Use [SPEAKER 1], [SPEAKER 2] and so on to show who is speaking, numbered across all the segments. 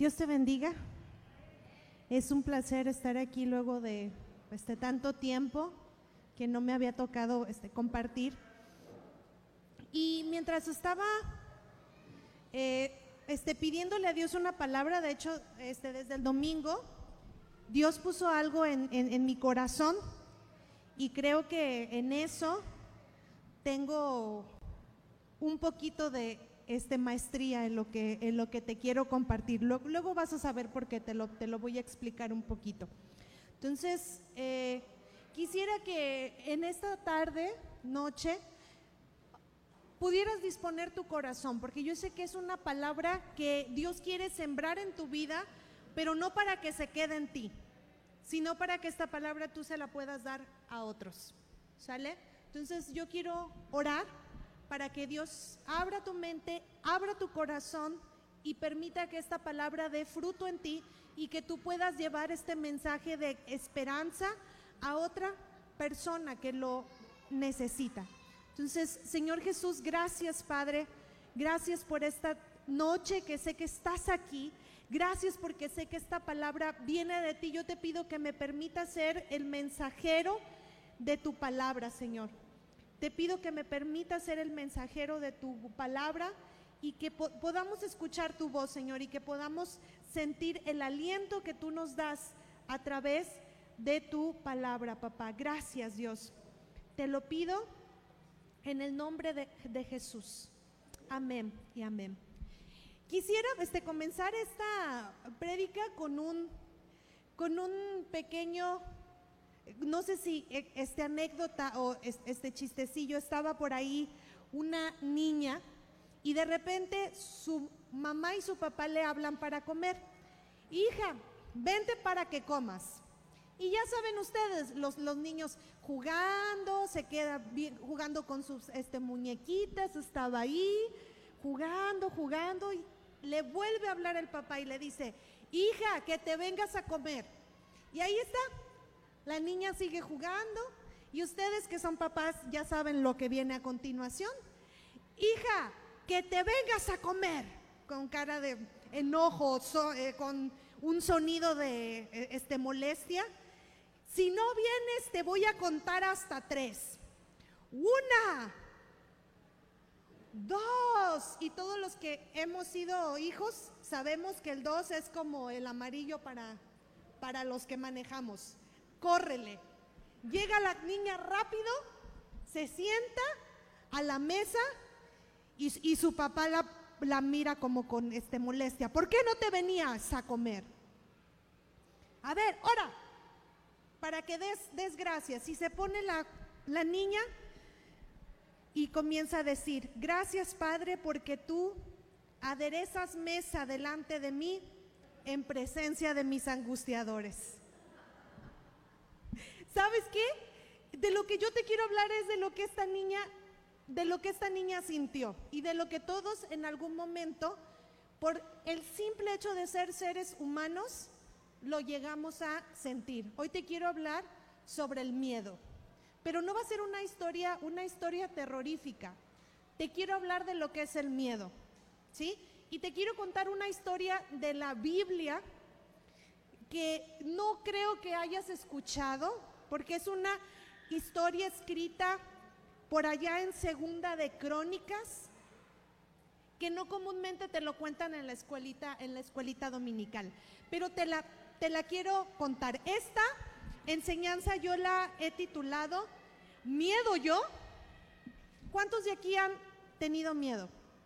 [SPEAKER 1] Dios te bendiga. Es un placer estar aquí luego de tanto tiempo que no me había tocado compartir. Y mientras estaba pidiéndole a Dios una palabra, de hecho, desde el domingo, Dios puso algo en mi corazón y creo que en eso tengo un poquito de maestría en lo que te quiero compartir. Luego vas a saber por qué, te lo voy a explicar un poquito. Entonces, quisiera que en esta tarde, noche, pudieras disponer tu corazón, porque yo sé que es una palabra que Dios quiere sembrar en tu vida, pero no para que se quede en ti, sino para que esta palabra tú se la puedas dar a otros, ¿sale? Entonces yo quiero orar para que Dios abra tu mente, abra tu corazón y permita que esta palabra dé fruto en ti y que tú puedas llevar este mensaje de esperanza a otra persona que lo necesita. Entonces, Señor Jesús, gracias, Padre, gracias por esta noche que sé que estás aquí, gracias porque sé que esta palabra viene de ti. Yo te pido que me permita ser el mensajero de tu palabra, Señor. Te pido que me permita ser el mensajero de tu palabra y que podamos escuchar tu voz, Señor, y que podamos sentir el aliento que tú nos das a través de tu palabra, papá. Gracias, Dios. Te lo pido en el nombre de Jesús. Amén y amén. Quisiera comenzar esta prédica con un pequeño, no sé si anécdota o chistecillo. Estaba por ahí una niña y de repente su mamá y su papá le hablan para comer. Hija, vente para que comas. Y ya saben ustedes, los niños jugando, se queda jugando con sus muñequitas, estaba ahí jugando y le vuelve a hablar el papá y le dice: hija, que te vengas a comer. Y ahí está, la niña sigue jugando y ustedes que son papás ya saben lo que viene a continuación. Hija, que te vengas a comer, con cara de enojo, con un sonido de molestia. Si no vienes, te voy a contar hasta 3. 1, 2. Y todos los que hemos sido hijos sabemos que el 2 es como el amarillo para los que manejamos. Córrele. Llega la niña rápido, se sienta a la mesa y su papá la mira como con molestia. ¿Por qué no te venías a comer? A ver, ahora, para que des gracias. Y se pone la niña y comienza a decir: gracias, Padre, porque tú aderezas mesa delante de mí en presencia de mis angustiadores. ¿Sabes qué? De lo que yo te quiero hablar es de lo que esta niña sintió y de lo que todos en algún momento, por el simple hecho de ser seres humanos, lo llegamos a sentir. Hoy te quiero hablar sobre el miedo, pero no va a ser una historia terrorífica. Te quiero hablar de lo que es el miedo, ¿sí? Y te quiero contar una historia de la Biblia que no creo que hayas escuchado, porque es una historia escrita por allá en Segunda de Crónicas, que no comúnmente te lo cuentan en la escuelita dominical, pero te la quiero contar. Esta enseñanza yo la he titulado ¿Miedo yo? ¿Cuántos de aquí han tenido miedo?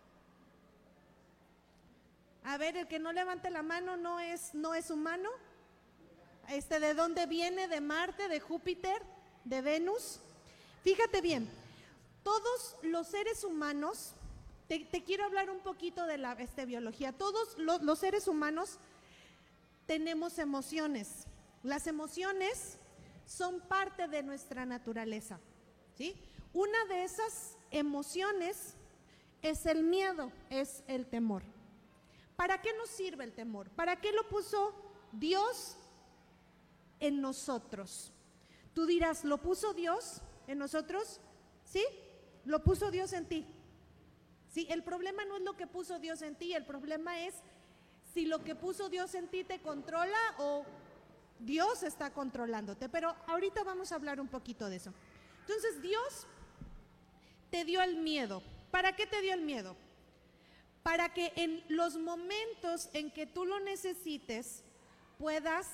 [SPEAKER 1] A ver, el que no levante la mano no es humano. ¿De dónde viene? ¿De Marte, de Júpiter, de Venus? Fíjate bien, todos los seres humanos, te quiero hablar un poquito de la biología. Todos los seres humanos tenemos emociones. Las emociones son parte de nuestra naturaleza, ¿sí? Una de esas emociones es el miedo, es el temor. ¿Para qué nos sirve el temor? ¿Para qué lo puso Dios en nosotros? Tú dirás, ¿lo puso Dios en nosotros? ¿Sí? Lo puso Dios en ti. Sí, el problema no es lo que puso Dios en ti, el problema es si lo que puso Dios en ti te controla o Dios está controlándote. Pero ahorita vamos a hablar un poquito de eso. Entonces, Dios te dio el miedo. ¿Para qué te dio el miedo? Para que en los momentos en que tú lo necesites puedas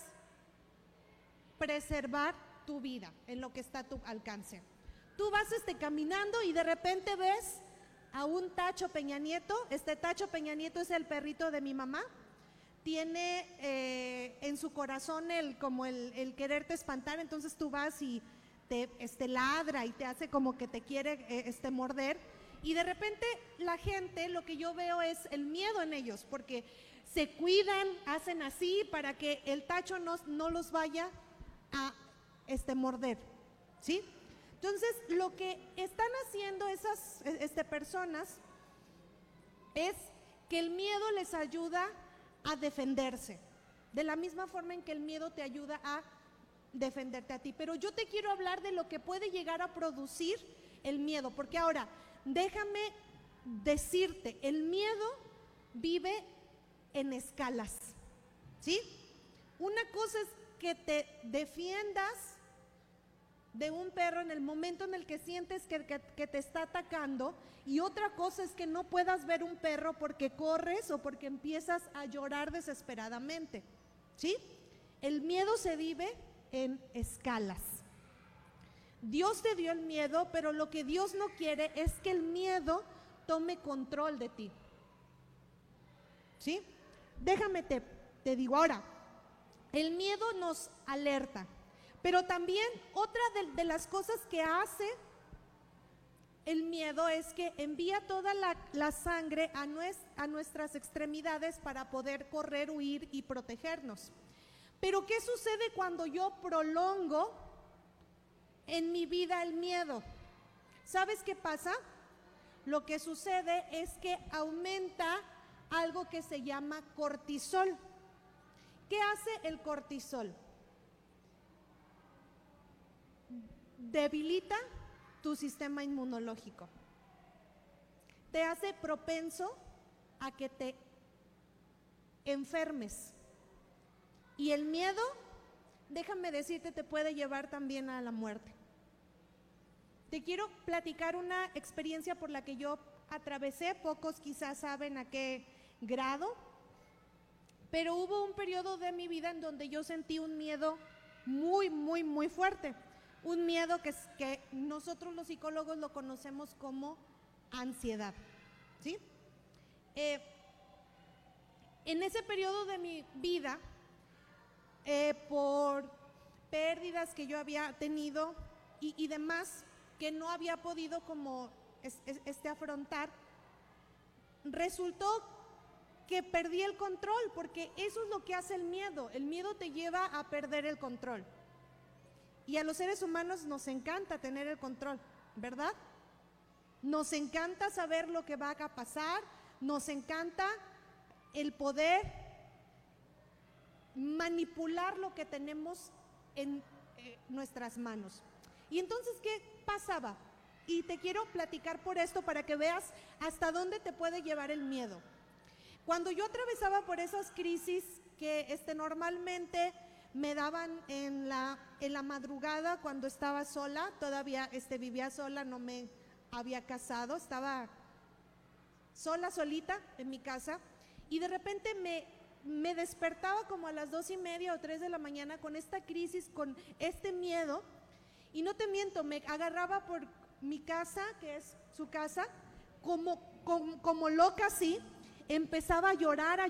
[SPEAKER 1] preservar tu vida en lo que está a tu alcance. Tú vas caminando y de repente ves a un Tacho Peña Nieto. Este Tacho Peña Nieto es el perrito de mi mamá. Tiene en su corazón como el quererte espantar, entonces tú vas y te ladra y te hace como que te quiere morder. Y de repente la gente, lo que yo veo es el miedo en ellos, porque se cuidan, hacen así para que el Tacho no los vaya a morder, ¿sí? Entonces, lo que están haciendo esas personas es que el miedo les ayuda a defenderse, de la misma forma en que el miedo te ayuda a defenderte a ti. Pero yo te quiero hablar de lo que puede llegar a producir el miedo, porque ahora, déjame decirte, el miedo vive en escalas, ¿sí? Una cosa es que te defiendas de un perro en el momento en el que sientes que te está atacando, y otra cosa es que no puedas ver un perro porque corres o porque empiezas a llorar desesperadamente, ¿sí? El miedo se vive en escalas. Dios te dio el miedo, pero lo que Dios no quiere es que el miedo tome control de ti, ¿sí? Déjame te digo ahora, el miedo nos alerta, pero también otra de las cosas que hace el miedo es que envía toda la sangre a nuestras extremidades para poder correr, huir y protegernos. Pero ¿qué sucede cuando yo prolongo en mi vida el miedo? ¿Sabes qué pasa? Lo que sucede es que aumenta algo que se llama cortisol. ¿Qué hace el cortisol? Debilita tu sistema inmunológico, te hace propenso a que te enfermes, y el miedo, déjame decirte, te puede llevar también a la muerte. Te quiero platicar una experiencia por la que yo atravesé, pocos quizás saben a qué grado, pero hubo un periodo de mi vida en donde yo sentí un miedo muy, muy, muy fuerte. Un miedo que nosotros los psicólogos lo conocemos como ansiedad, ¿sí? En ese periodo de mi vida, por pérdidas que yo había tenido y demás, que no había podido como afrontar, resultó que perdí el control, porque eso es lo que hace el miedo te lleva a perder el control. Y a los seres humanos nos encanta tener el control, ¿verdad? Nos encanta saber lo que va a pasar, nos encanta el poder manipular lo que tenemos en nuestras manos. Y entonces, ¿qué pasaba? Y te quiero platicar por esto para que veas hasta dónde te puede llevar el miedo. Cuando yo atravesaba por esas crisis que normalmente me daban en la madrugada, cuando estaba sola, todavía vivía sola, no me había casado, estaba solita en mi casa, y de repente me despertaba como a las 2:30 o 3 de la mañana con esta crisis, con este miedo, y no te miento, me agarraba por mi casa, que es su casa, como loca así, empezaba a llorar,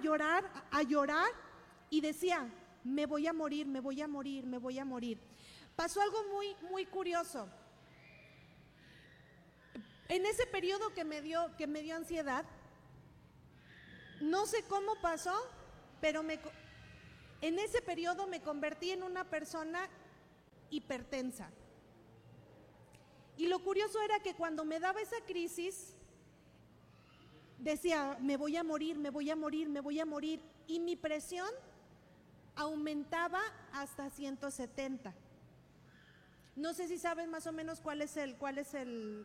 [SPEAKER 1] y decía: me voy a morir, me voy a morir, me voy a morir. Pasó algo muy, muy curioso. En ese periodo que me dio ansiedad, no sé cómo pasó, pero en ese periodo me convertí en una persona hipertensa. Y lo curioso era que cuando me daba esa crisis, decía: me voy a morir, me voy a morir, me voy a morir. Y mi presión aumentaba hasta 170. No sé si saben más o menos cuál es el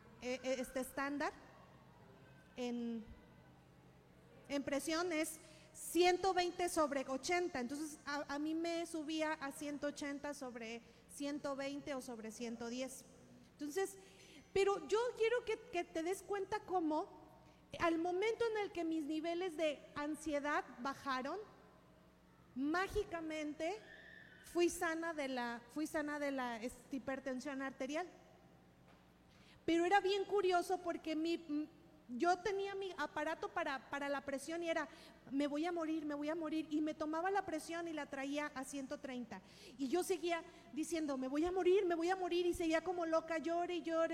[SPEAKER 1] estándar en presión, es 120 sobre 80, entonces a mí me subía a 180 sobre 120 o sobre 110. Entonces, pero yo quiero que te des cuenta cómo al momento en el que mis niveles de ansiedad bajaron, mágicamente fui sana de la hipertensión arterial. Pero era bien curioso porque yo tenía mi aparato para la presión y era, me voy a morir, y me tomaba la presión y la traía a 130. Y yo seguía diciendo, me voy a morir, y seguía como loca, llore.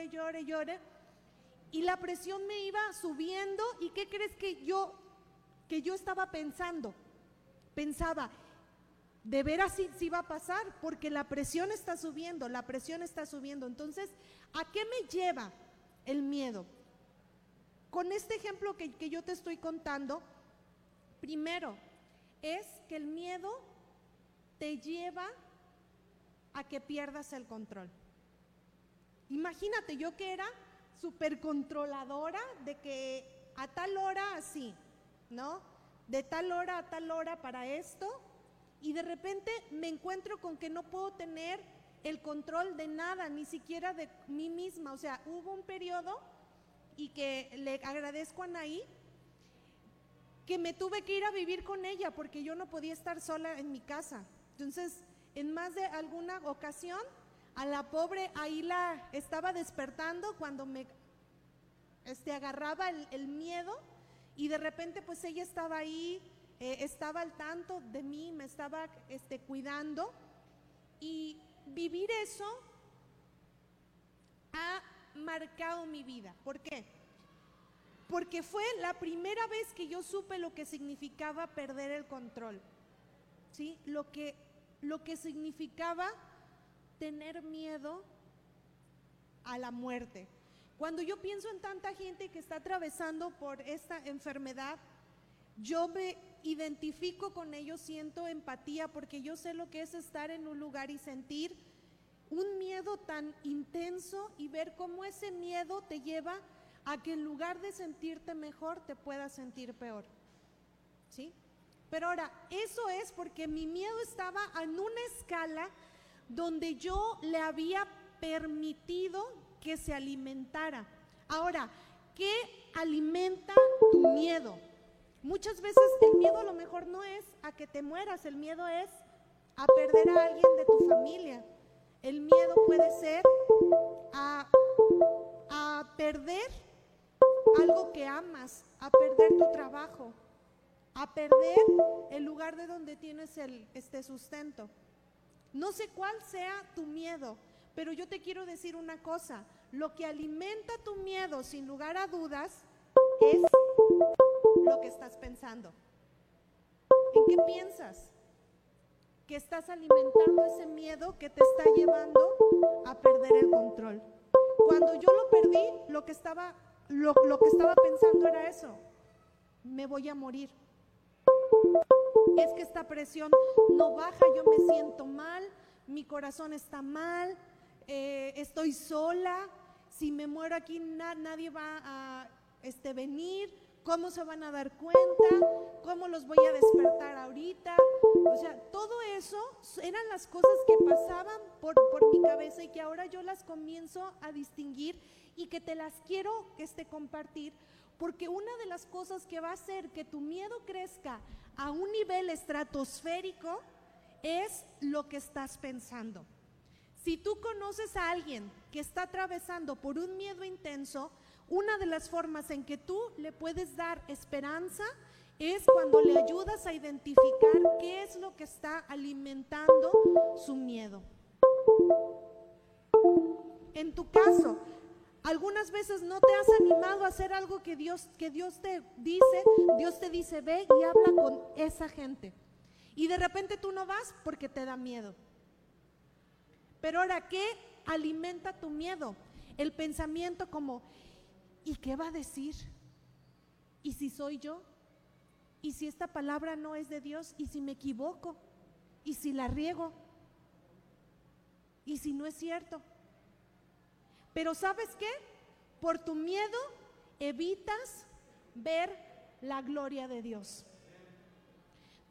[SPEAKER 1] Y la presión me iba subiendo, ¿y qué crees que yo estaba pensando? Pensaba, de veras sí va a pasar, porque la presión está subiendo. Entonces, ¿a qué me lleva el miedo? Con este ejemplo que yo te estoy contando, primero es que el miedo te lleva a que pierdas el control. Imagínate, yo que era súper controladora de que a tal hora así, ¿no? De tal hora a tal hora para esto, y de repente me encuentro con que no puedo tener el control de nada, ni siquiera de mí misma. O sea, hubo un periodo, y que le agradezco a Anaí, que me tuve que ir a vivir con ella porque yo no podía estar sola en mi casa. Entonces, en más de alguna ocasión, a la pobre ahí la estaba despertando cuando me agarraba el miedo, y de repente pues ella estaba ahí, estaba al tanto de mí, me estaba cuidando, y vivir eso ha marcado mi vida. ¿Por qué? Porque fue la primera vez que yo supe lo que significaba perder el control, ¿sí? Lo que significaba tener miedo a la muerte. Cuando yo pienso en tanta gente que está atravesando por esta enfermedad, yo me identifico con ellos, siento empatía, porque yo sé lo que es estar en un lugar y sentir un miedo tan intenso y ver cómo ese miedo te lleva a que en lugar de sentirte mejor te puedas sentir peor, ¿sí? Pero ahora, eso es porque mi miedo estaba en una escala donde yo le había permitido que se alimentara. Ahora, ¿qué alimenta tu miedo? Muchas veces el miedo a lo mejor no es a que te mueras, el miedo es a perder a alguien de tu familia. El miedo puede ser a perder algo que amas, a perder tu trabajo, a perder el lugar de donde tienes el sustento. No sé cuál sea tu miedo, pero yo te quiero decir una cosa: lo que alimenta tu miedo, sin lugar a dudas, es lo que estás pensando. ¿En qué piensas? Que estás alimentando ese miedo que te está llevando a perder el control. Cuando yo lo perdí, lo que estaba pensando era eso: me voy a morir. Es que esta presión no baja, yo me siento mal, mi corazón está mal, estoy sola, si me muero aquí nadie va a venir, ¿cómo se van a dar cuenta? ¿Cómo los voy a despertar ahorita? O sea, todo eso eran las cosas que pasaban por mi cabeza, y que ahora yo las comienzo a distinguir y que te las quiero compartir, porque una de las cosas que va a hacer que tu miedo crezca a un nivel estratosférico es lo que estás pensando. Si tú conoces a alguien que está atravesando por un miedo intenso, una de las formas en que tú le puedes dar esperanza es cuando le ayudas a identificar qué es lo que está alimentando su miedo. En tu caso, algunas veces no te has animado a hacer algo que Dios te dice, ve y habla con esa gente. Y de repente tú no vas porque te da miedo. Pero ahora, ¿qué alimenta tu miedo? El pensamiento como, ¿y qué va a decir? ¿Y si soy yo? ¿Y si esta palabra no es de Dios? ¿Y si me equivoco? ¿Y si la riego? ¿Y si no es cierto? Pero ¿sabes qué? Por tu miedo evitas ver la gloria de Dios.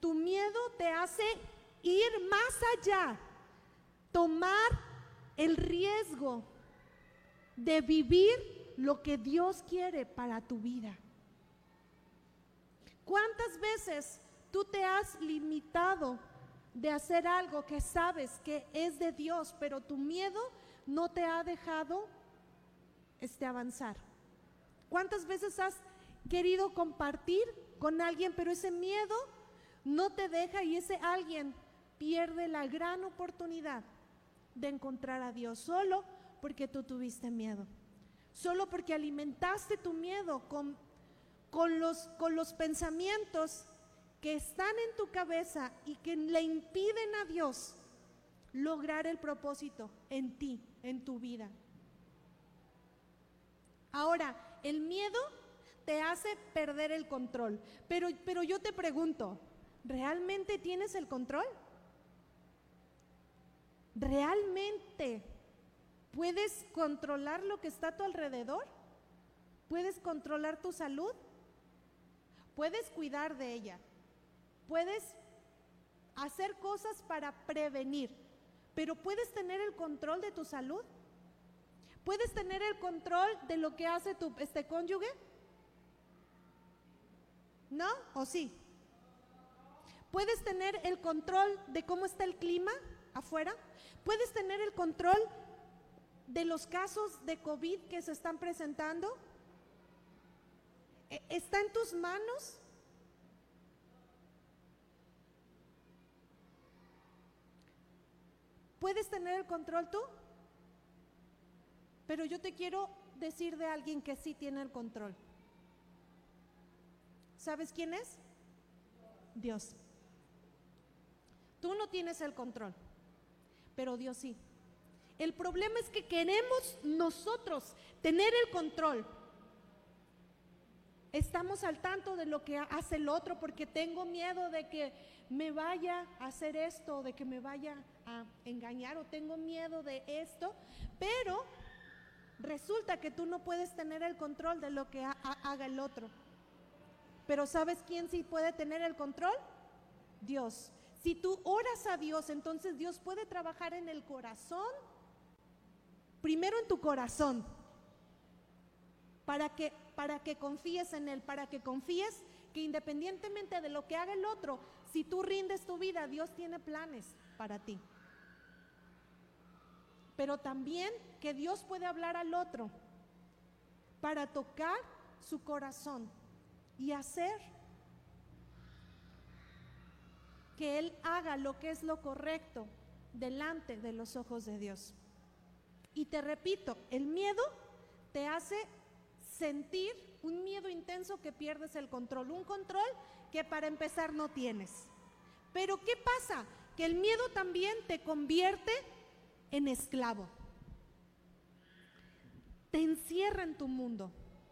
[SPEAKER 1] Tu miedo te hace ir más allá, tomar el riesgo de vivir lo que Dios quiere para tu vida. ¿Cuántas veces tú te has limitado de hacer algo que sabes que es de Dios, pero tu miedo no te ha dejado avanzar? ¿Cuántas veces has querido compartir con alguien, pero ese miedo no te deja y ese alguien pierde la gran oportunidad de encontrar a Dios solo porque tú tuviste miedo? Solo porque alimentaste tu miedo con los pensamientos que están en tu cabeza y que le impiden a Dios lograr el propósito en ti, en tu vida. Ahora, el miedo te hace perder el control, pero yo te pregunto, ¿realmente tienes el control? ¿Realmente puedes controlar lo que está a tu alrededor? ¿Puedes controlar tu salud? Puedes cuidar de ella, puedes hacer cosas para prevenir, pero ¿puedes tener el control de tu salud? ¿Puedes tener el control de lo que hace tu cónyuge? ¿No? ¿O sí? ¿Puedes tener el control de cómo está el clima afuera? ¿Puedes tener el control de los casos de COVID que se están presentando? ¿Está en tus manos? ¿Puedes tener el control tú? Pero yo te quiero decir de alguien que sí tiene el control. ¿Sabes quién es? Dios. Tú no tienes el control, pero Dios sí. El problema es que queremos nosotros tener el control. Estamos al tanto de lo que hace el otro porque tengo miedo de que me vaya a hacer esto, de que me vaya a engañar, o tengo miedo de esto, pero resulta que tú no puedes tener el control de lo que haga el otro. Pero ¿sabes quién sí puede tener el control? Dios. Si tú oras a Dios, entonces Dios puede trabajar en el corazón, primero en tu corazón, para que confíes en Él, para que confíes que independientemente de lo que haga el otro, si tú rindes tu vida, Dios tiene planes para ti. Pero también que Dios puede hablar al otro para tocar su corazón y hacer que Él haga lo que es lo correcto delante de los ojos de Dios. Y te repito, el miedo te hace sentir un miedo intenso que pierdes el control, un control que para empezar no tienes. Pero ¿qué pasa? Que el miedo también te convierte en esclavo. Te encierra en tu mundo.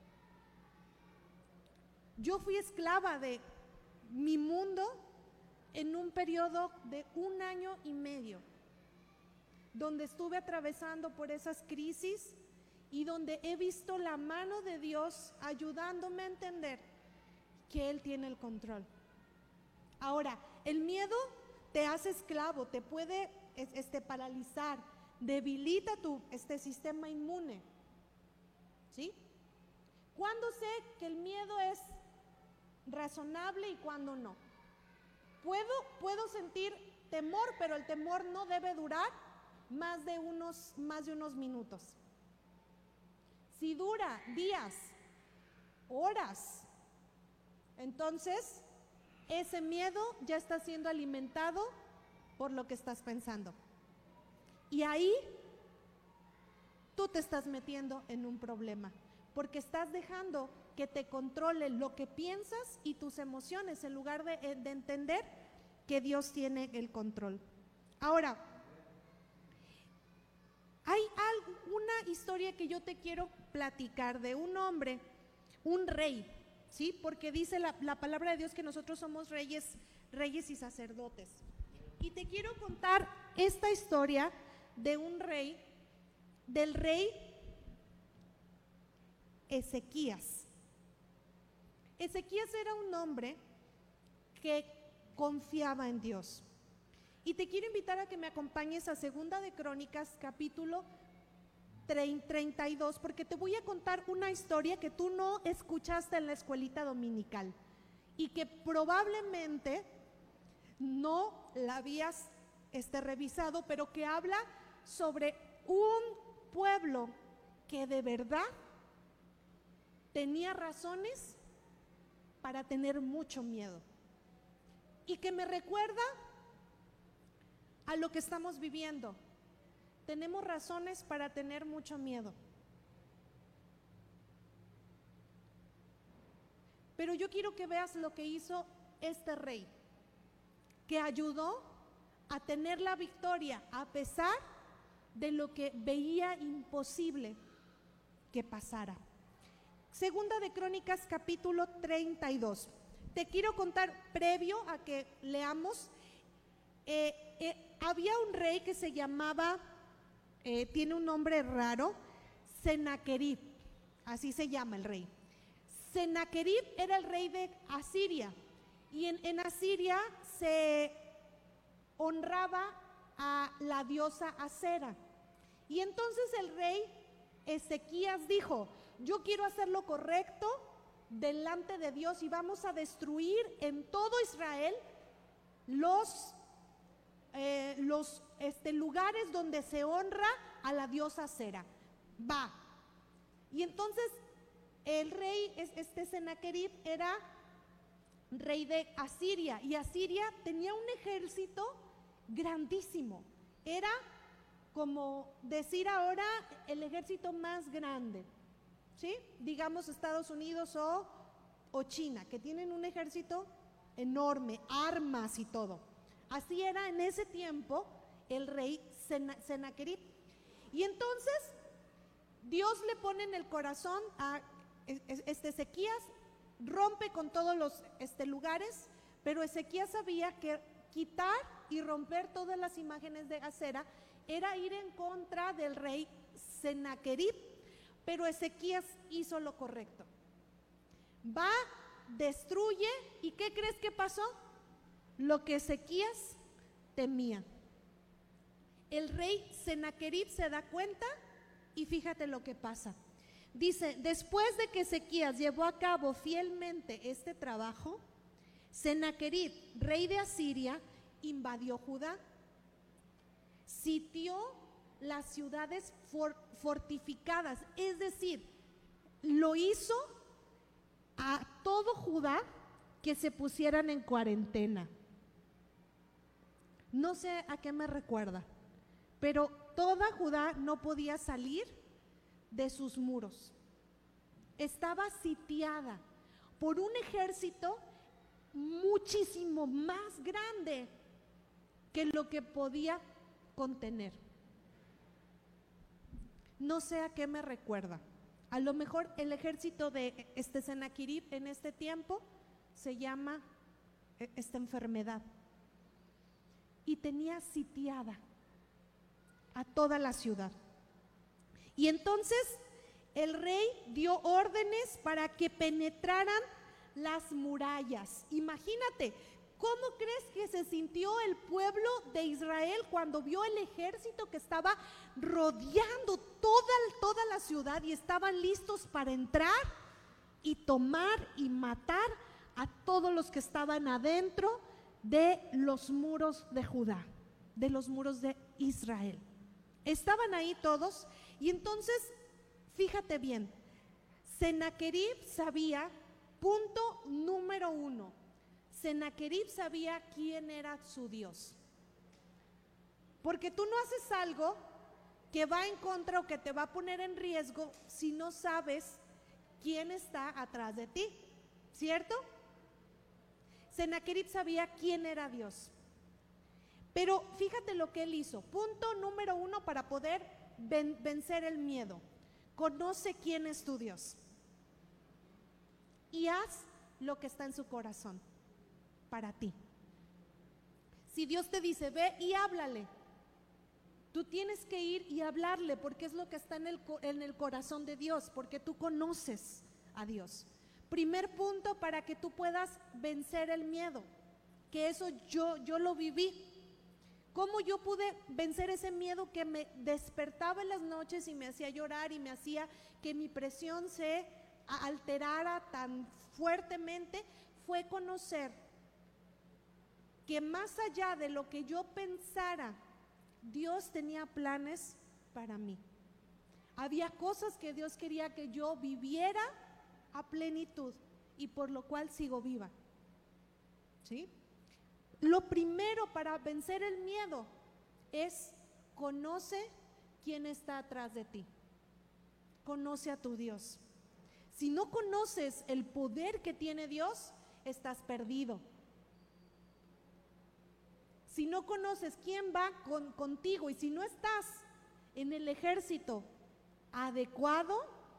[SPEAKER 1] Yo fui esclava de mi mundo en un periodo de 1 año y medio, donde estuve atravesando por esas crisis y donde he visto la mano de Dios ayudándome a entender que Él tiene el control. Ahora, el miedo te hace esclavo, te puede paralizar, debilita tu sistema inmune, ¿sí? ¿Cuándo sé que el miedo es razonable y cuándo no? Puedo sentir temor, pero el temor no debe durar más de unos minutos. Si dura días, horas, entonces ese miedo ya está siendo alimentado por lo que estás pensando. Y ahí tú te estás metiendo en un problema, porque estás dejando que te controle lo que piensas y tus emociones en lugar de entender que Dios tiene el control. Ahora, hay una historia que yo te quiero platicar de un hombre, un rey, ¿sí? Porque dice la palabra de Dios que nosotros somos reyes y sacerdotes. Y te quiero contar esta historia de un rey, del rey Ezequías. Ezequías era un hombre que confiaba en Dios. Y te quiero invitar a que me acompañes a Segunda de Crónicas, capítulo 32, porque te voy a contar una historia que tú no escuchaste en la escuelita dominical y que probablemente no la habías revisado, pero que habla sobre un pueblo que de verdad tenía razones para tener mucho miedo y que me recuerda a lo que estamos viviendo. Tenemos razones para tener mucho miedo. Pero yo quiero que veas lo que hizo este rey, que ayudó a tener la victoria a pesar de lo que veía imposible que pasara. Segunda de Crónicas, capítulo 32. Te quiero contar, previo a que leamos, había un rey que se llamaba, tiene un nombre raro, Sennacherib, así se llama el rey. Sennacherib era el rey de Asiria, y en Asiria se honraba a la diosa Acera. Y entonces el rey Ezequías dijo: yo quiero hacer lo correcto delante de Dios y vamos a destruir en todo Israel los lugares donde se honra a la diosa Acera. Va. Y entonces el rey Sennacherib era rey de Asiria, y Asiria tenía un ejército grandísimo. Era como decir ahora el ejército más grande, ¿sí? Digamos Estados Unidos o China, que tienen un ejército enorme, armas y todo. Así era en ese tiempo el rey Sennacherib. Y entonces Dios le pone en el corazón a Ezequías, rompe con todos los lugares, pero Ezequías sabía que quitar y romper todas las imágenes de Acera era ir en contra del rey Sennacherib, pero Ezequías hizo lo correcto. Va, destruye, ¿y qué crees que pasó? Lo que Ezequías temía. El rey Sennacherib se da cuenta y fíjate lo que pasa. Dice: después de que Ezequías llevó a cabo fielmente este trabajo, Sennacherib, rey de Asiria, invadió Judá, sitió las ciudades fortificadas, es decir, lo hizo a todo Judá que se pusieran en cuarentena. No sé a qué me recuerda, pero toda Judá no podía salir de sus muros. Estaba sitiada por un ejército muchísimo más grande que lo que podía contener. No sé a qué me recuerda. A lo mejor el ejército de Sennacherib en este tiempo se llama esta enfermedad, y tenía sitiada a toda la ciudad. Y entonces el rey dio órdenes para que penetraran las murallas. Imagínate, ¿cómo crees que se sintió el pueblo de Israel cuando vio el ejército que estaba rodeando toda la ciudad y estaban listos para entrar y tomar y matar a todos los que estaban adentro de los muros de Judá, de los muros de Israel? Estaban ahí todos. Y entonces, fíjate bien, Sennacherib sabía, punto número 1, Sennacherib sabía quién era su Dios. Porque tú no haces algo que va en contra o que te va a poner en riesgo si no sabes quién está atrás de ti, ¿cierto? Sennacherib sabía quién era Dios. Pero fíjate lo que él hizo. Punto número 1 para poder vencer el miedo: conoce quién es tu Dios y haz lo que está en su corazón para ti. Si Dios te dice ve y háblale, tú tienes que ir y hablarle, porque es lo que está en el corazón de Dios, porque tú conoces a Dios. Primer punto para que tú puedas vencer el miedo: que eso yo lo viví. ¿Cómo yo pude vencer ese miedo que me despertaba en las noches y me hacía llorar y me hacía que mi presión se alterara tan fuertemente? Fue conocer que más allá de lo que yo pensara, Dios tenía planes para mí. Había cosas que Dios quería que yo viviera a plenitud y por lo cual sigo viva. ¿Sí? Lo primero para vencer el miedo es conoce quién está atrás de ti. Conoce a tu Dios. Si no conoces el poder que tiene Dios, estás perdido. Si no conoces quién va contigo y si no estás en el ejército adecuado,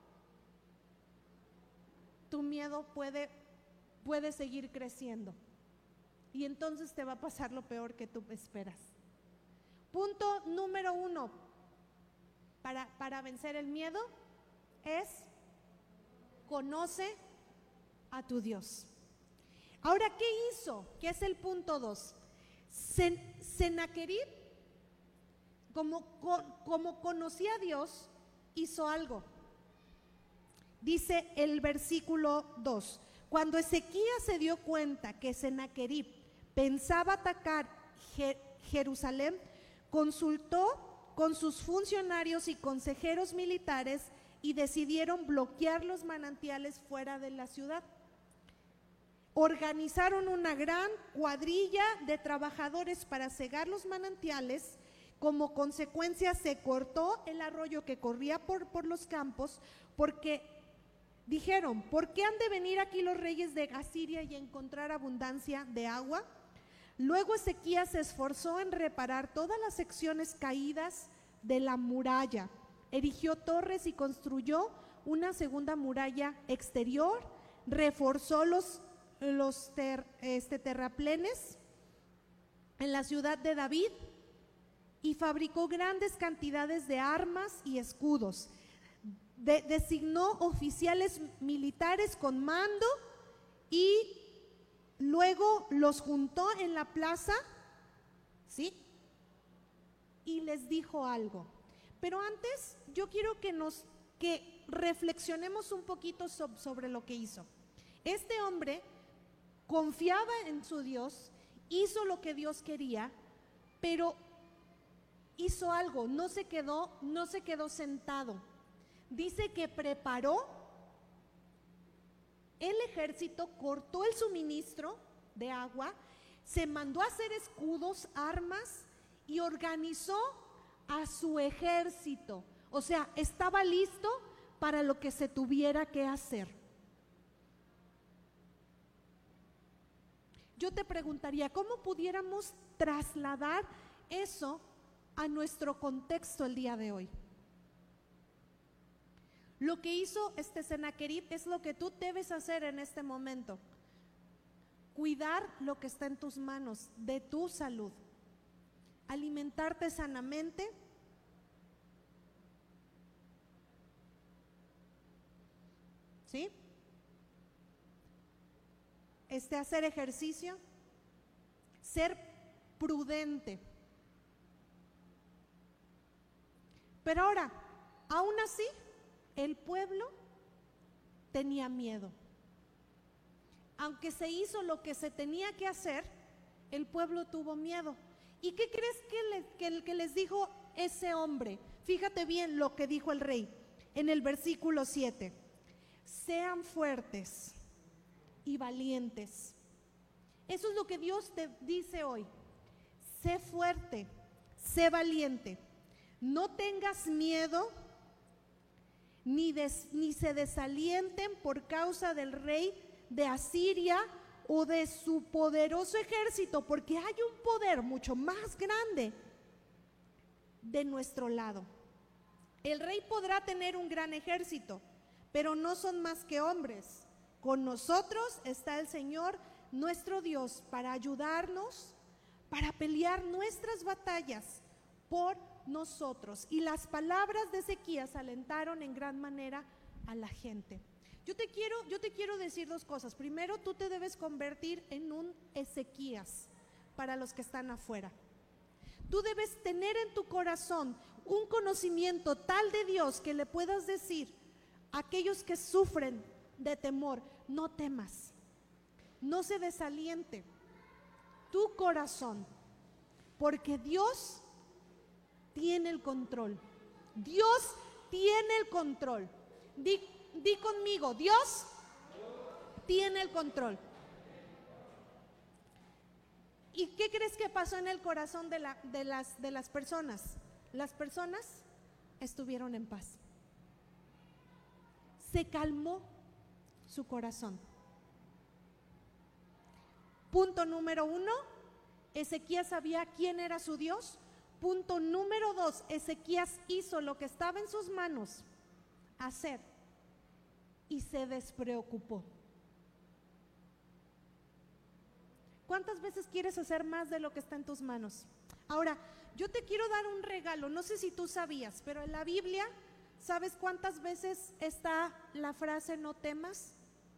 [SPEAKER 1] tu miedo puede seguir creciendo. Y entonces te va a pasar lo peor que tú esperas. Punto número 1 para vencer el miedo es conoce a tu Dios. Ahora, ¿qué hizo? ¿Qué es el punto 2? Sennacherib, como conocía a Dios, hizo algo. Dice el versículo 2: cuando Ezequías se dio cuenta que Sennacherib pensaba atacar Jerusalén, consultó con sus funcionarios y consejeros militares y decidieron bloquear los manantiales fuera de la ciudad. Organizaron una gran cuadrilla de trabajadores para cegar los manantiales. Como consecuencia se cortó el arroyo que corría por los campos, porque dijeron: ¿por qué han de venir aquí los reyes de Asiria y encontrar abundancia de agua? Luego Ezequías se esforzó en reparar todas las secciones caídas de la muralla, erigió torres y construyó una segunda muralla exterior, reforzó los terraplenes en la ciudad de David y fabricó grandes cantidades de armas y escudos. Designó oficiales militares con mando y luego los juntó en la plaza, ¿sí? Y les dijo algo. Pero antes yo quiero que reflexionemos un poquito sobre lo que hizo. Este hombre confiaba en su Dios, hizo lo que Dios quería, pero hizo algo, no se quedó sentado. Dice que preparó el ejército, cortó el suministro de agua, se mandó a hacer escudos, armas y organizó a su ejército. O sea, estaba listo para lo que se tuviera que hacer. Yo te preguntaría, ¿cómo pudiéramos trasladar eso a nuestro contexto el día de hoy? Lo que hizo Sennacherib es lo que tú debes hacer en este momento. Cuidar lo que está en tus manos, de tu salud. Alimentarte sanamente. ¿Sí? Hacer ejercicio. Ser prudente. Pero ahora, aún así, el pueblo tenía miedo. Aunque se hizo lo que se tenía que hacer, el pueblo tuvo miedo. ¿Y qué crees que les dijo ese hombre? Fíjate bien lo que dijo el rey en el versículo 7. Sean fuertes y valientes. Eso es lo que Dios te dice hoy. Sé fuerte, sé valiente. No tengas miedo, ni se desalienten por causa del rey de Asiria o de su poderoso ejército, porque hay un poder mucho más grande de nuestro lado. El rey podrá tener un gran ejército, pero no son más que hombres. Con nosotros está el Señor, nuestro Dios, para ayudarnos, para pelear nuestras batallas por nosotros. Y las palabras de Ezequías alentaron en gran manera a la gente. Yo te quiero decir dos cosas. Primero, tú te debes convertir en un Ezequías para los que están afuera. Tú debes tener en tu corazón un conocimiento tal de Dios que le puedas decir a aquellos que sufren de temor: no temas, no se desaliente tu corazón, porque Dios tiene el control. Dios tiene el control. Di conmigo: Dios tiene el control. ¿Y qué crees que pasó en el corazón de las personas? Las personas estuvieron en paz. Se calmó su corazón. Punto número 1, Ezequías sabía quién era su Dios. Punto número 2, Ezequías hizo lo que estaba en sus manos hacer y se despreocupó. ¿Cuántas veces quieres hacer más de lo que está en tus manos? Ahora, yo te quiero dar un regalo. No sé si tú sabías, pero en la Biblia, ¿sabes cuántas veces está la frase no temas?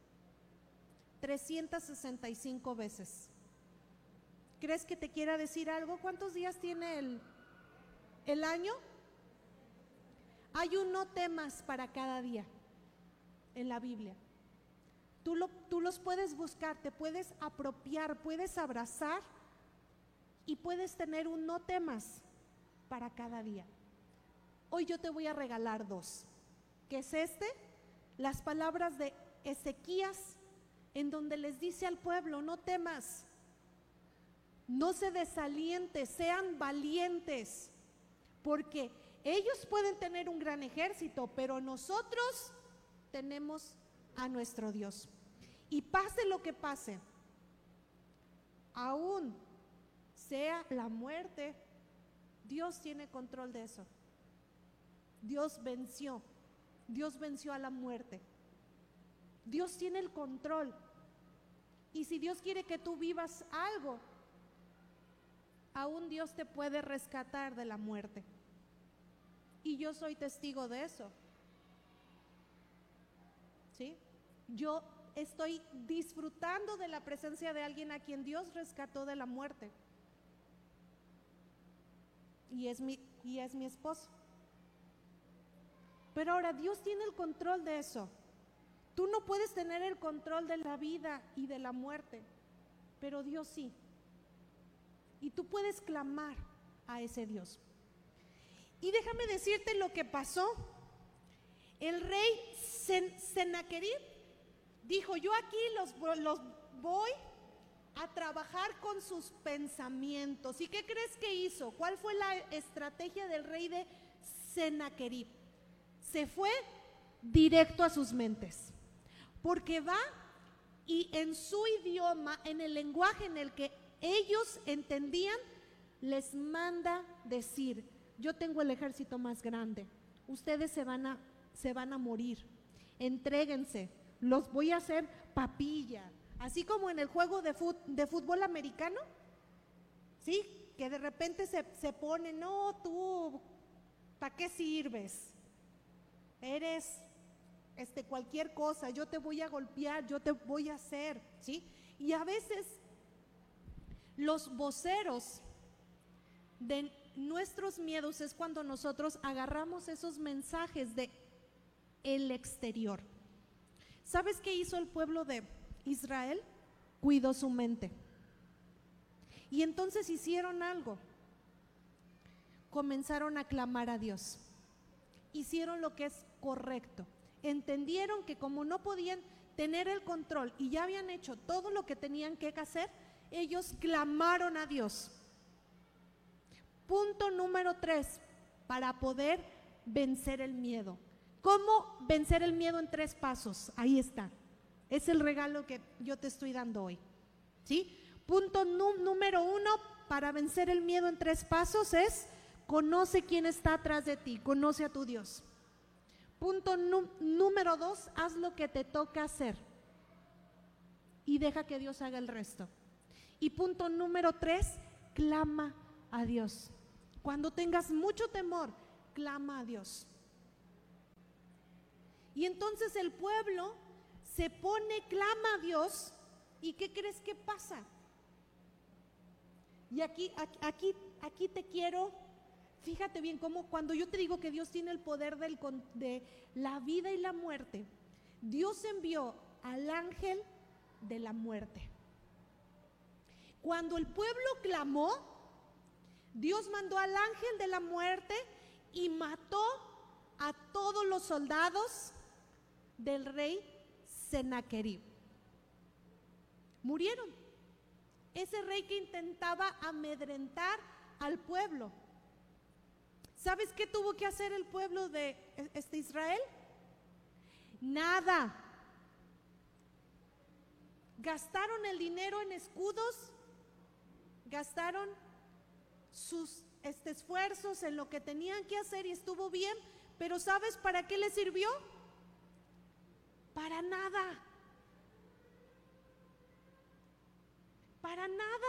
[SPEAKER 1] 365 veces. ¿Crees que te quiera decir algo? ¿Cuántos días tiene el año? Hay un no temas para cada día en la Biblia. Tú los puedes buscar, te puedes apropiar, puedes abrazar y puedes tener un no temas para cada día. Hoy yo te voy a regalar dos, que es las palabras de Ezequías, en donde les dice al pueblo: no temas, no se desalienten, sean valientes, porque ellos pueden tener un gran ejército, pero nosotros tenemos a nuestro Dios. Y pase lo que pase, aún sea la muerte, Dios tiene control de eso. Dios venció a la muerte. Dios tiene el control. Y si Dios quiere que tú vivas algo, aún Dios te puede rescatar de la muerte. Y yo soy testigo de eso. ¿Sí? Yo estoy disfrutando de la presencia de alguien a quien Dios rescató de la muerte. Y es mi esposo. Pero ahora Dios tiene el control de eso. Tú no puedes tener el control de la vida y de la muerte, pero Dios sí. Y tú puedes clamar a ese Dios. Y déjame decirte lo que pasó. El rey Sennacherib dijo: yo aquí los voy a trabajar con sus pensamientos. ¿Y qué crees que hizo? ¿Cuál fue la estrategia del rey de Sennacherib? Se fue directo a sus mentes, porque va y en su idioma, en el lenguaje en el que ellos entendían, les manda decir: yo tengo el ejército más grande, ustedes se van a morir, entréguense, los voy a hacer papilla, así como en el juego de fútbol americano, ¿sí? Que de repente se pone: no, tú, ¿para qué sirves? Eres cualquier cosa, yo te voy a golpear, yo te voy a hacer, ¿sí? Y a veces los voceros de nuestros miedos es cuando nosotros agarramos esos mensajes de el exterior. ¿Sabes qué hizo el pueblo de Israel? Cuidó su mente. Y entonces hicieron algo. Comenzaron a clamar a Dios. Hicieron lo que es correcto. Entendieron que como no podían tener el control y ya habían hecho todo lo que tenían que hacer, ellos clamaron a Dios. Punto número 3, para poder vencer el miedo. ¿Cómo vencer el miedo en 3 pasos? Ahí está. Es el regalo que yo te estoy dando hoy, ¿sí? Punto número 1 para vencer el miedo en 3 pasos es: conoce quién está atrás de ti, conoce a tu Dios. Punto número 2, haz lo que te toca hacer y deja que Dios haga el resto. Y punto número 3, clama a Dios. Cuando tengas mucho temor, clama a Dios. Y entonces el pueblo se pone, clama a Dios, ¿y qué crees que pasa? Y aquí te quiero, fíjate bien, cómo cuando yo te digo que Dios tiene el poder de la vida y la muerte, Dios envió al ángel de la muerte. Cuando el pueblo clamó, Dios mandó al ángel de la muerte y mató a todos los soldados del rey Sennacherib. Murieron. Ese rey que intentaba amedrentar al pueblo. ¿Sabes qué tuvo que hacer el pueblo de Israel? Nada. Gastaron el dinero en escudos, gastaron sus esfuerzos en lo que tenían que hacer y estuvo bien, pero ¿sabes para qué les sirvió? Para nada. Para nada.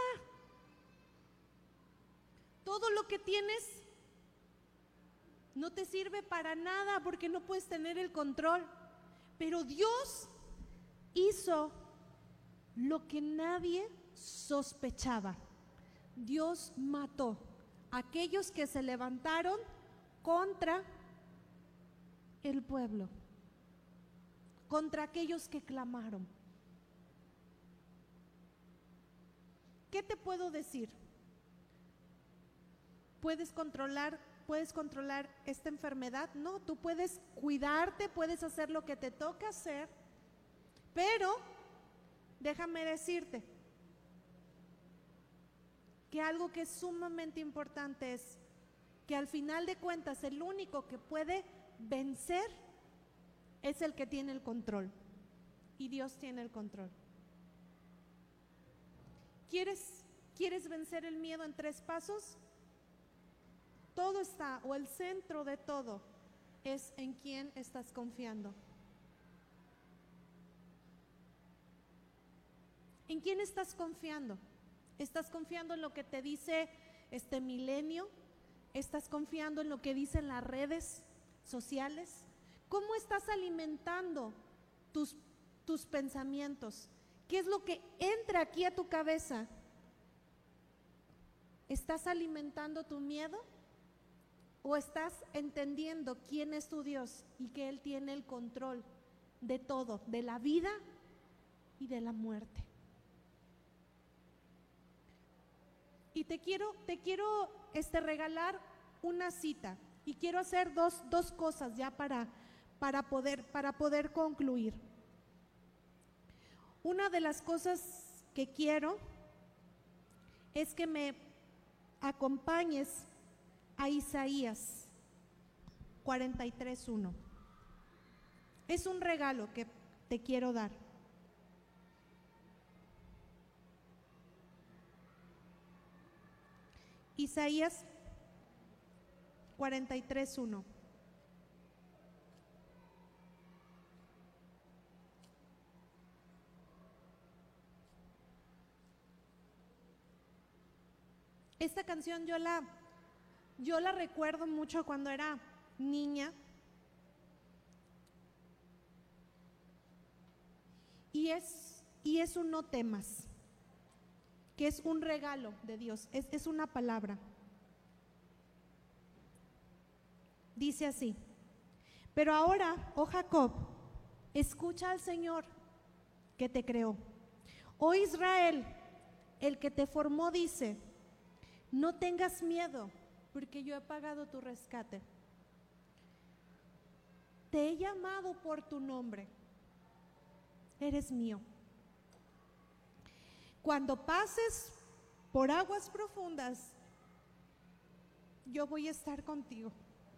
[SPEAKER 1] Todo lo que tienes no te sirve para nada porque no puedes tener el control. Pero Dios hizo lo que nadie sospechaba. Dios mató a aquellos que se levantaron contra el pueblo, contra aquellos que clamaron. ¿Qué te puedo decir? ¿Puedes controlar esta enfermedad? No, tú puedes cuidarte, puedes hacer lo que te toca hacer, pero déjame decirte que algo que es sumamente importante es que al final de cuentas el único que puede vencer es el que tiene el control, y Dios tiene el control. ¿Quieres vencer el miedo en 3 pasos? Todo está, o el centro de todo, es en quién estás confiando. ¿En quién estás confiando? ¿Estás confiando en lo que te dice este milenio? ¿Estás confiando en lo que dicen las redes sociales? ¿Cómo estás alimentando tus pensamientos? ¿Qué es lo que entra aquí a tu cabeza? ¿Estás alimentando tu miedo? ¿O estás entendiendo quién es tu Dios y que Él tiene el control de todo, de la vida y de la muerte? Y te quiero regalar una cita, y quiero hacer dos cosas ya para poder concluir. Una de las cosas que quiero es que me acompañes a Isaías 43:1. Es un regalo que te quiero dar. Isaías 43:1. Esta canción yo la recuerdo mucho cuando era niña, y es un no temas, que es un regalo de Dios, es una palabra. Dice así: pero ahora, oh Jacob, escucha al Señor que te creó. Oh Israel, el que te formó dice: no tengas miedo, porque yo he pagado tu rescate. Te he llamado por tu nombre, eres mío. Cuando pases por aguas profundas, yo voy a estar contigo.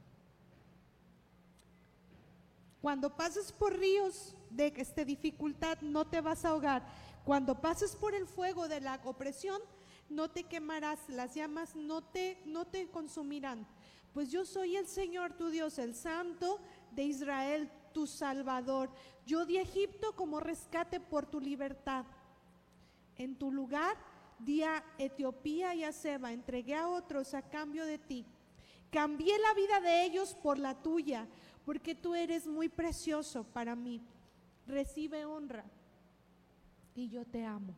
[SPEAKER 1] Cuando pases por ríos de dificultad, no te vas a ahogar. Cuando pases por el fuego de la opresión, no te quemarás, las llamas no te consumirán. Pues yo soy el Señor tu Dios, el Santo de Israel, tu Salvador. Yo di a Egipto como rescate por tu libertad. En tu lugar di a Etiopía y a Seba, entregué a otros a cambio de ti. Cambié la vida de ellos por la tuya, porque tú eres muy precioso para mí. recibe honra y yo te amo.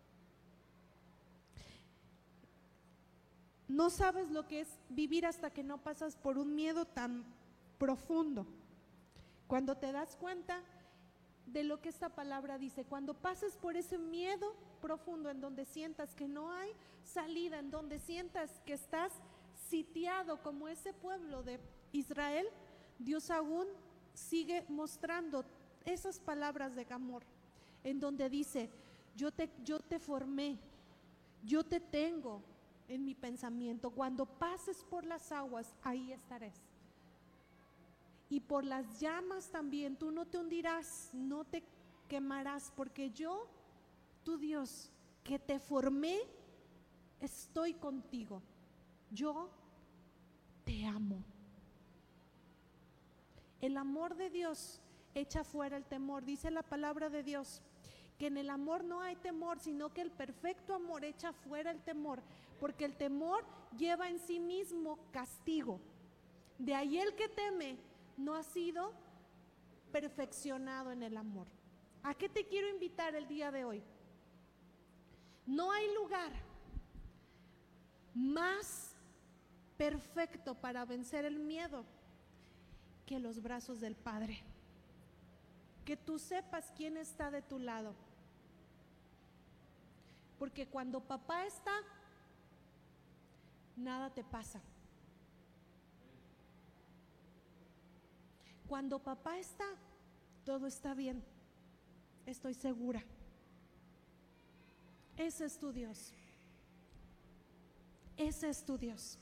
[SPEAKER 1] No sabes lo que es vivir hasta que no pasas por un miedo tan profundo. Cuando te das cuenta de lo que esta palabra dice, cuando pases por ese miedo profundo en donde sientas que no hay salida, en donde sientas que estás sitiado como ese pueblo de Israel, Dios aún sigue mostrando esas palabras de amor, en donde dice, yo te formé, yo te tengo en mi pensamiento, cuando pases por las aguas, ahí estarás. Y por las llamas también, tú no te hundirás, no te quemarás, porque yo, tu Dios, que te formé, estoy contigo. Yo te amo. El amor de Dios echa fuera el temor. Dice la palabra de Dios que en el amor no hay temor, sino que el perfecto amor echa fuera el temor, porque el temor lleva en sí mismo castigo. De ahí el que teme no ha sido perfeccionado en el amor. ¿A qué te quiero invitar el día de hoy? No hay lugar más perfecto para vencer el miedo que los brazos del Padre. Que tú sepas quién está de tu lado. Porque cuando papá está, nada te pasa. Cuando papá está, todo está bien. Estoy segura. Ese es tu Dios. Ese es tu Dios.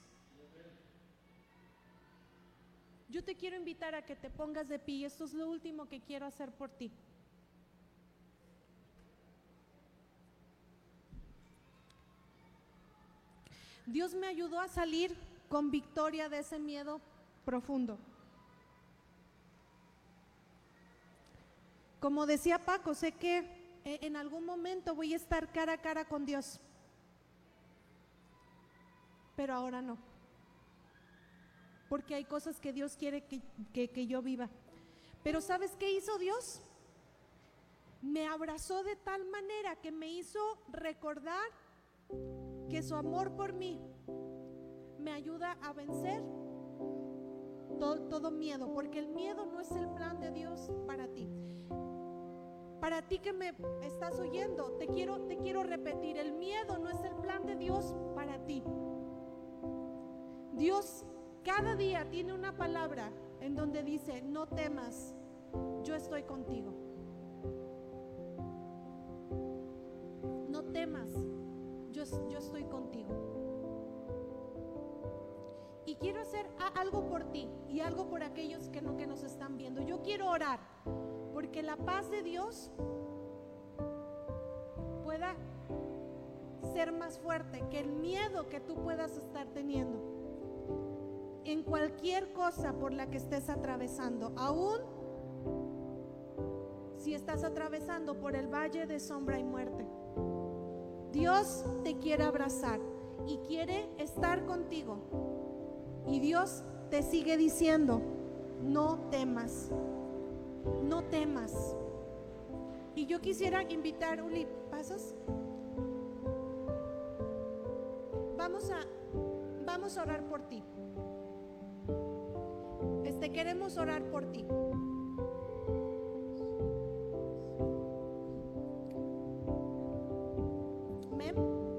[SPEAKER 1] Yo te quiero invitar a que te pongas de pie, y esto es lo último que quiero hacer por ti. Dios me ayudó a salir con victoria de ese miedo profundo. Como decía Paco, sé que en algún momento voy a estar cara a cara con Dios, pero ahora no, porque hay cosas que Dios quiere que yo viva. Pero ¿sabes qué hizo Dios? Me abrazó de tal manera que me hizo recordar que su amor por mí me ayuda a vencer todo miedo, porque el miedo no es el plan de Dios para ti. Para ti que me estás oyendo, te quiero repetir, el miedo no es el plan de Dios para ti. Dios cada día tiene una palabra en donde dice, no temas, yo estoy contigo. No temas, yo estoy contigo. Y quiero hacer algo por ti y algo por aquellos que nos están viendo. Yo quiero orar porque la paz de Dios pueda ser más fuerte que el miedo que tú puedas estar teniendo en cualquier cosa por la que estés atravesando, aún si estás atravesando por el valle de sombra y muerte. Dios te quiere abrazar y quiere estar contigo, y Dios te sigue diciendo, no temas, no temas. Y yo quisiera invitar, Uli, ¿pasas? Vamos a orar por ti. Queremos orar por ti. Amén.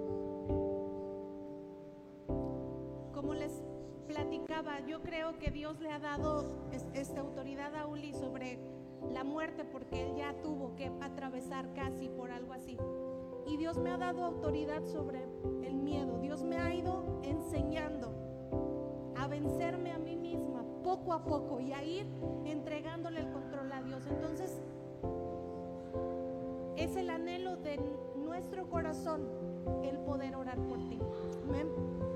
[SPEAKER 1] Como les platicaba, yo creo que Dios le ha dado esta autoridad a Uli sobre la muerte, porque él ya tuvo que atravesar casi por algo así. Y Dios me ha dado autoridad sobre el miedo. Dios me ha ido enseñando a vencerme a mí misma poco a poco y a ir entregándole el control a Dios. Entonces es el anhelo de nuestro corazón el poder orar por ti. Amén.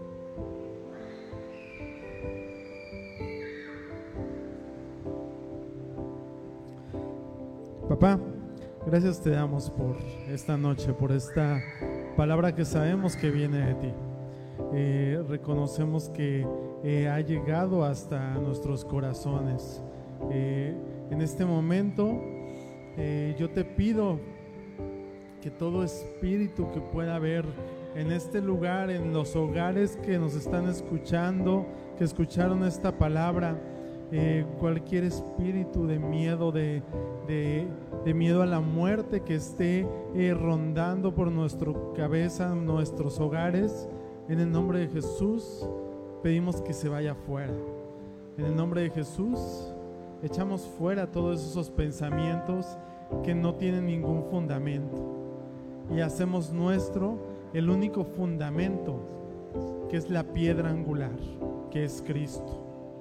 [SPEAKER 2] Papá, gracias te damos por esta noche, por esta palabra que sabemos que viene de ti. Reconocemos que ha llegado hasta nuestros corazones. En este momento yo te pido que todo espíritu que pueda haber en este lugar, en los hogares que nos están escuchando, que escucharon esta palabra, cualquier espíritu de miedo, de miedo a la muerte que esté rondando por nuestra cabeza, nuestros hogares, en el nombre de Jesús pedimos que se vaya fuera. En el nombre de Jesús echamos fuera todos esos pensamientos que no tienen ningún fundamento y hacemos nuestro el único fundamento, que es la piedra angular, que es Cristo,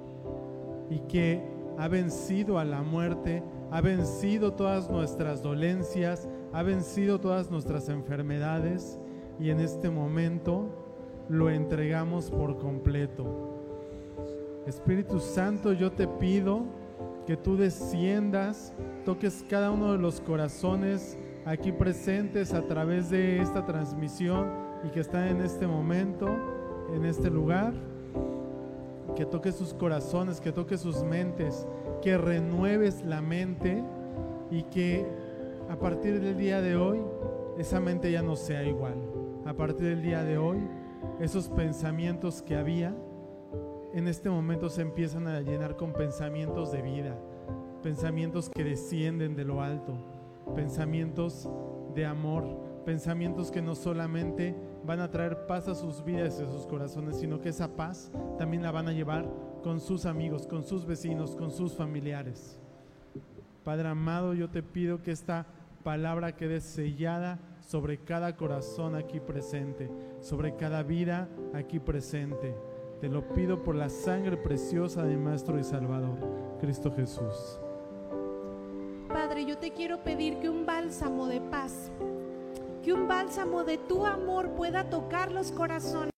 [SPEAKER 2] y que ha vencido a la muerte, ha vencido todas nuestras dolencias, ha vencido todas nuestras enfermedades, y en este momento lo entregamos por completo. Espíritu Santo, yo te pido que tú desciendas, toques cada uno de los corazones aquí presentes a través de esta transmisión y que están en este momento, en este lugar, que toques sus corazones, que toques sus mentes, que renueves la mente y que a partir del día de hoy esa mente ya no sea igual. A partir del día de hoy, esos pensamientos que había en este momento se empiezan a llenar con pensamientos de vida, pensamientos que descienden de lo alto, pensamientos de amor, pensamientos que no solamente van a traer paz a sus vidas y a sus corazones, sino que esa paz también la van a llevar con sus amigos, con sus vecinos, con sus familiares. Padre amado, yo te pido que esta palabra quede sellada sobre cada corazón aquí presente, sobre cada vida aquí presente. Te lo pido por la sangre preciosa de mi Maestro y Salvador, Cristo Jesús.
[SPEAKER 1] Padre, yo te quiero pedir que un bálsamo de paz, que un bálsamo de tu amor pueda tocar los corazones